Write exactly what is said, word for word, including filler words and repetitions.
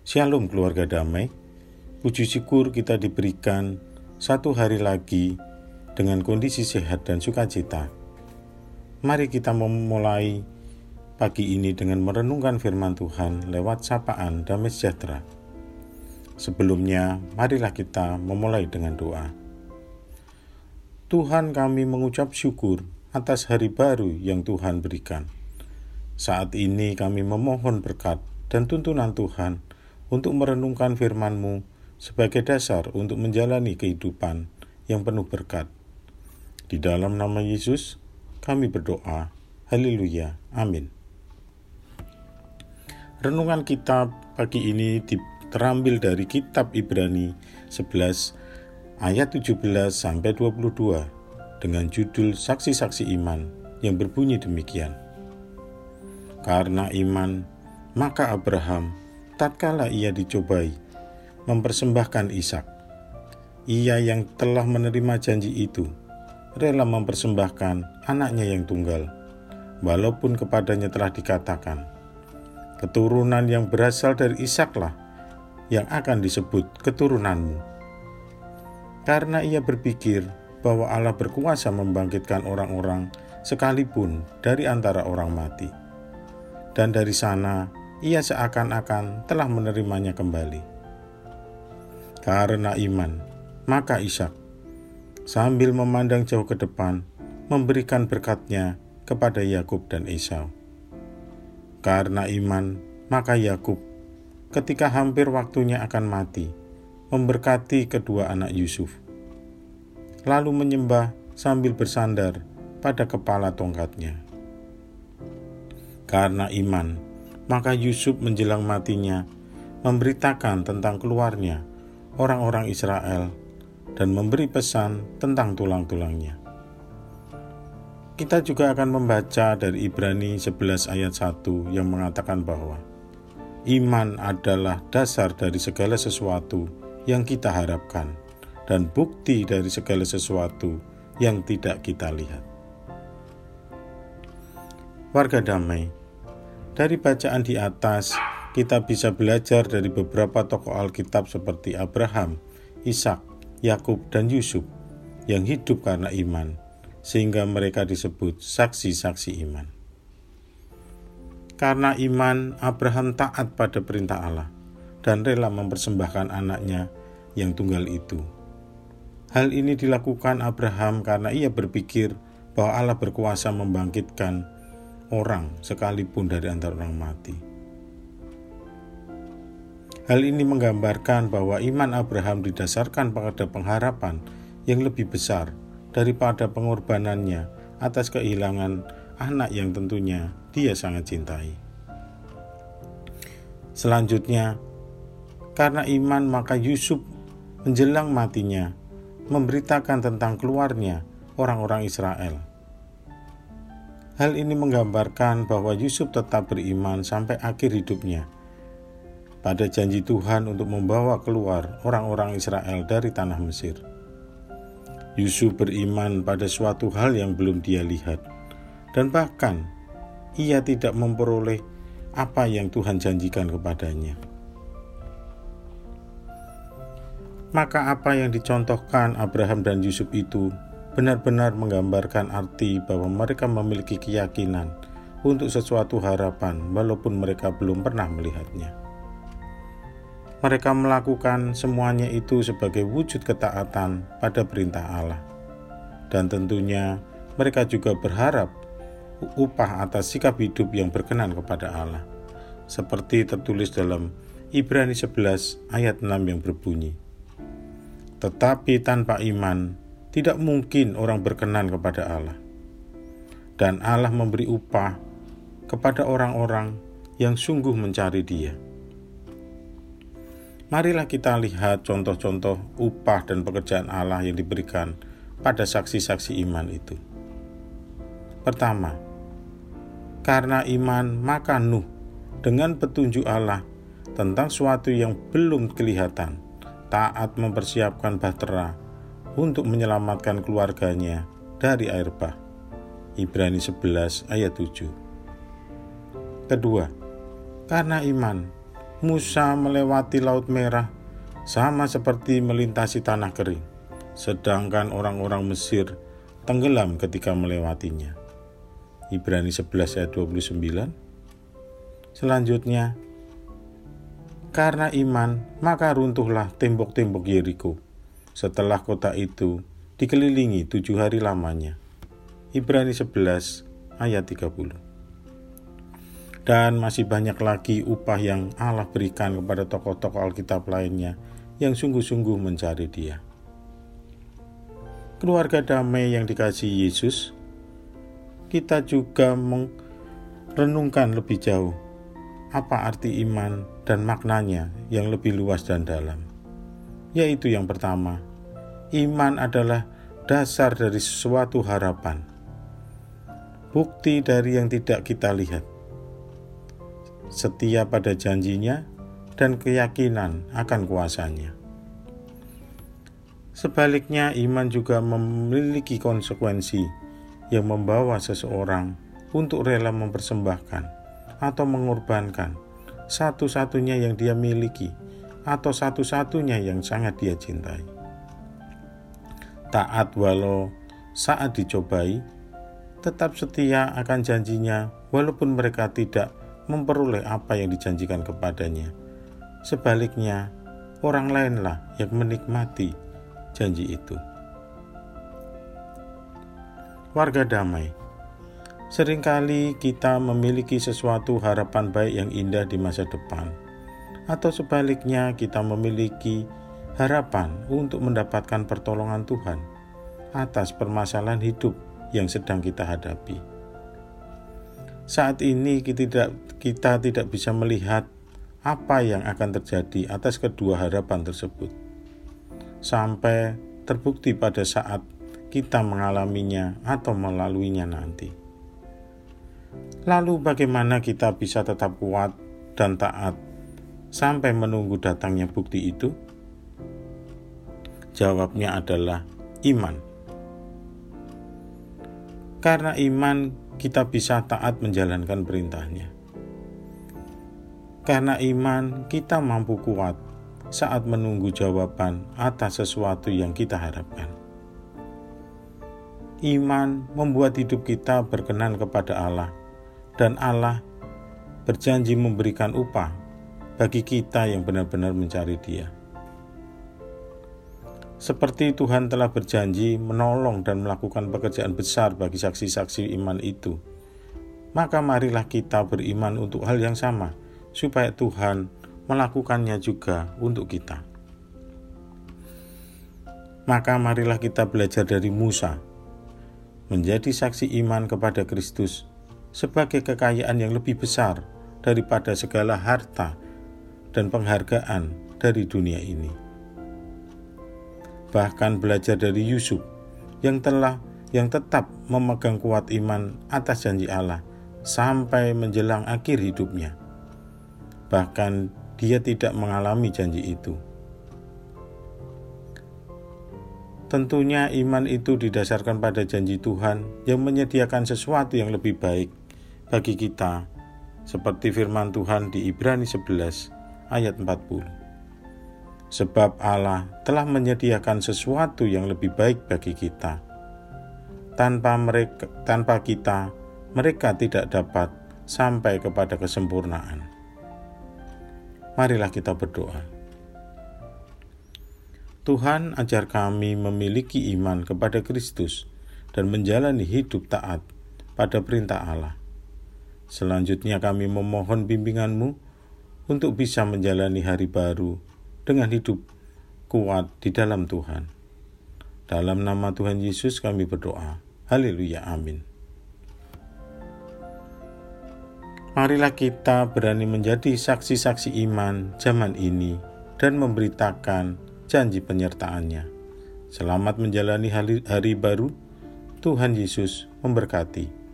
Shalom keluarga damai, puji syukur kita diberikan satu hari lagi dengan kondisi sehat dan sukacita. Mari kita memulai pagi ini dengan merenungkan firman Tuhan lewat sapaan damai sejahtera. Sebelumnya, marilah kita memulai dengan doa. Tuhan, kami mengucap syukur atas hari baru yang Tuhan berikan. Saat ini kami memohon berkat dan tuntunan Tuhan untuk merenungkan firman-Mu sebagai dasar untuk menjalani kehidupan yang penuh berkat. Di dalam nama Yesus, kami berdoa. Haleluya. Amin. Renungan kita pagi ini terambil dari kitab Ibrani sebelas ayat tujuh belas sampai dua puluh dua dengan judul Saksi-saksi Iman yang berbunyi demikian. Karena iman, maka Abraham tatkala ia dicobai, mempersembahkan Ishak. Ia yang telah menerima janji itu, rela mempersembahkan anaknya yang tunggal, walaupun kepadanya telah dikatakan, keturunan yang berasal dari Ishaklah yang akan disebut keturunanmu. Karena ia berpikir bahwa Allah berkuasa membangkitkan orang-orang sekalipun dari antara orang mati. Dan dari sana, ia seakan-akan telah menerimanya kembali. Karena iman, maka Ishak, sambil memandang jauh ke depan, memberikan berkatnya kepada Yakub dan Esau. Karena iman, maka Yakub, ketika hampir waktunya akan mati, memberkati kedua anak Yusuf, lalu menyembah sambil bersandar pada kepala tongkatnya. Karena iman, maka Yusuf menjelang matinya memberitakan tentang keluarnya orang-orang Israel dan memberi pesan tentang tulang-tulangnya. Kita juga akan membaca dari Ibrani sebelas ayat satu yang mengatakan bahwa iman adalah dasar dari segala sesuatu yang kita harapkan dan bukti dari segala sesuatu yang tidak kita lihat. Warga damai, dari bacaan di atas, kita bisa belajar dari beberapa tokoh Alkitab seperti Abraham, Ishak, Yakub, dan Yusuf yang hidup karena iman, sehingga mereka disebut saksi-saksi iman. Karena iman, Abraham taat pada perintah Allah dan rela mempersembahkan anaknya yang tunggal itu. Hal ini dilakukan Abraham karena ia berpikir bahwa Allah berkuasa membangkitkan orang sekalipun dari antara orang mati. Hal ini menggambarkan bahwa iman Abraham didasarkan pada pengharapan yang lebih besar daripada pengorbanannya atas kehilangan anak yang tentunya dia sangat cintai. Selanjutnya, karena iman maka Yusuf menjelang matinya memberitakan tentang keluarnya orang-orang Israel. Hal ini menggambarkan bahwa Yusuf tetap beriman sampai akhir hidupnya pada janji Tuhan untuk membawa keluar orang-orang Israel dari tanah Mesir. Yusuf beriman pada suatu hal yang belum dia lihat, dan bahkan ia tidak memperoleh apa yang Tuhan janjikan kepadanya. Maka apa yang dicontohkan Abraham dan Yusuf itu benar-benar menggambarkan arti bahwa mereka memiliki keyakinan untuk sesuatu harapan walaupun mereka belum pernah melihatnya. Mereka melakukan semuanya itu sebagai wujud ketaatan pada perintah Allah. Dan tentunya mereka juga berharap upah atas sikap hidup yang berkenan kepada Allah. Seperti tertulis dalam Ibrani sebelas ayat enam yang berbunyi, tetapi tanpa iman tidak mungkin orang berkenan kepada Allah. Dan Allah memberi upah kepada orang-orang yang sungguh mencari Dia. Marilah kita lihat contoh-contoh upah dan pekerjaan Allah yang diberikan pada saksi-saksi iman itu. Pertama, karena iman maka Nuh dengan petunjuk Allah tentang suatu yang belum kelihatan, taat mempersiapkan bahtera untuk menyelamatkan keluarganya dari air bah. Ibrani sebelas ayat tujuh. Kedua, karena iman, Musa melewati Laut Merah sama seperti melintasi tanah kering, sedangkan orang-orang Mesir tenggelam ketika melewatinya. Ibrani sebelas ayat dua puluh sembilan. Selanjutnya, karena iman maka runtuhlah tembok-tembok Yeriko setelah kota itu dikelilingi tujuh hari lamanya. Ibrani sebelas ayat tiga puluh. Dan masih banyak lagi upah yang Allah berikan kepada tokoh-tokoh Alkitab lainnya yang sungguh-sungguh mencari Dia. Keluarga damai yang dikasihi Yesus, kita juga merenungkan lebih jauh apa arti iman dan maknanya yang lebih luas dan dalam. Yaitu yang pertama, iman adalah dasar dari sesuatu harapan, bukti dari yang tidak kita lihat, setia pada janjinya, dan keyakinan akan kuasanya. Sebaliknya, iman juga memiliki konsekuensi yang membawa seseorang untuk rela mempersembahkan atau mengorbankan satu-satunya yang dia miliki atau satu-satunya yang sangat dia cintai. Taat walau saat dicobai, tetap setia akan janjinya walaupun mereka tidak memperoleh apa yang dijanjikan kepadanya. Sebaliknya, orang lainlah yang menikmati janji itu. Warga damai, seringkali kita memiliki sesuatu harapan baik yang indah di masa depan, atau sebaliknya kita memiliki harapan untuk mendapatkan pertolongan Tuhan atas permasalahan hidup yang sedang kita hadapi. Saat ini kita tidak, kita tidak bisa melihat apa yang akan terjadi atas kedua harapan tersebut, sampai terbukti pada saat kita mengalaminya atau melaluinya nanti. Lalu bagaimana kita bisa tetap kuat dan taat sampai menunggu datangnya bukti itu? Jawabnya adalah iman. Karena iman kita bisa taat menjalankan perintahnya. Karena iman kita mampu kuat saat menunggu jawaban atas sesuatu yang kita harapkan. Iman membuat hidup kita berkenan kepada Allah, dan Allah berjanji memberikan upah bagi kita yang benar-benar mencari Dia. Seperti Tuhan telah berjanji menolong dan melakukan pekerjaan besar bagi saksi-saksi iman itu, maka marilah kita beriman untuk hal yang sama, supaya Tuhan melakukannya juga untuk kita. Maka marilah kita belajar dari Musa, menjadi saksi iman kepada Kristus sebagai kekayaan yang lebih besar daripada segala harta dan penghargaan dari dunia ini. Bahkan belajar dari Yusuf yang telah yang tetap memegang kuat iman atas janji Allah sampai menjelang akhir hidupnya. Bahkan dia tidak mengalami janji itu. Tentunya iman itu didasarkan pada janji Tuhan yang menyediakan sesuatu yang lebih baik bagi kita, seperti firman Tuhan di Ibrani sebelas ayat empat puluh. Sebab Allah telah menyediakan sesuatu yang lebih baik bagi kita. Tanpa mereka, tanpa kita, mereka tidak dapat sampai kepada kesempurnaan. Marilah kita berdoa. Tuhan, ajar kami memiliki iman kepada Kristus dan menjalani hidup taat pada perintah Allah. Selanjutnya kami memohon bimbingan-Mu untuk bisa menjalani hari baru dengan hidup kuat di dalam Tuhan. Dalam nama Tuhan Yesus kami berdoa. Haleluya, amin. Marilah kita berani menjadi saksi-saksi iman zaman ini dan memberitakan janji penyertaan-Nya. Selamat menjalani hari, hari baru. Tuhan Yesus memberkati.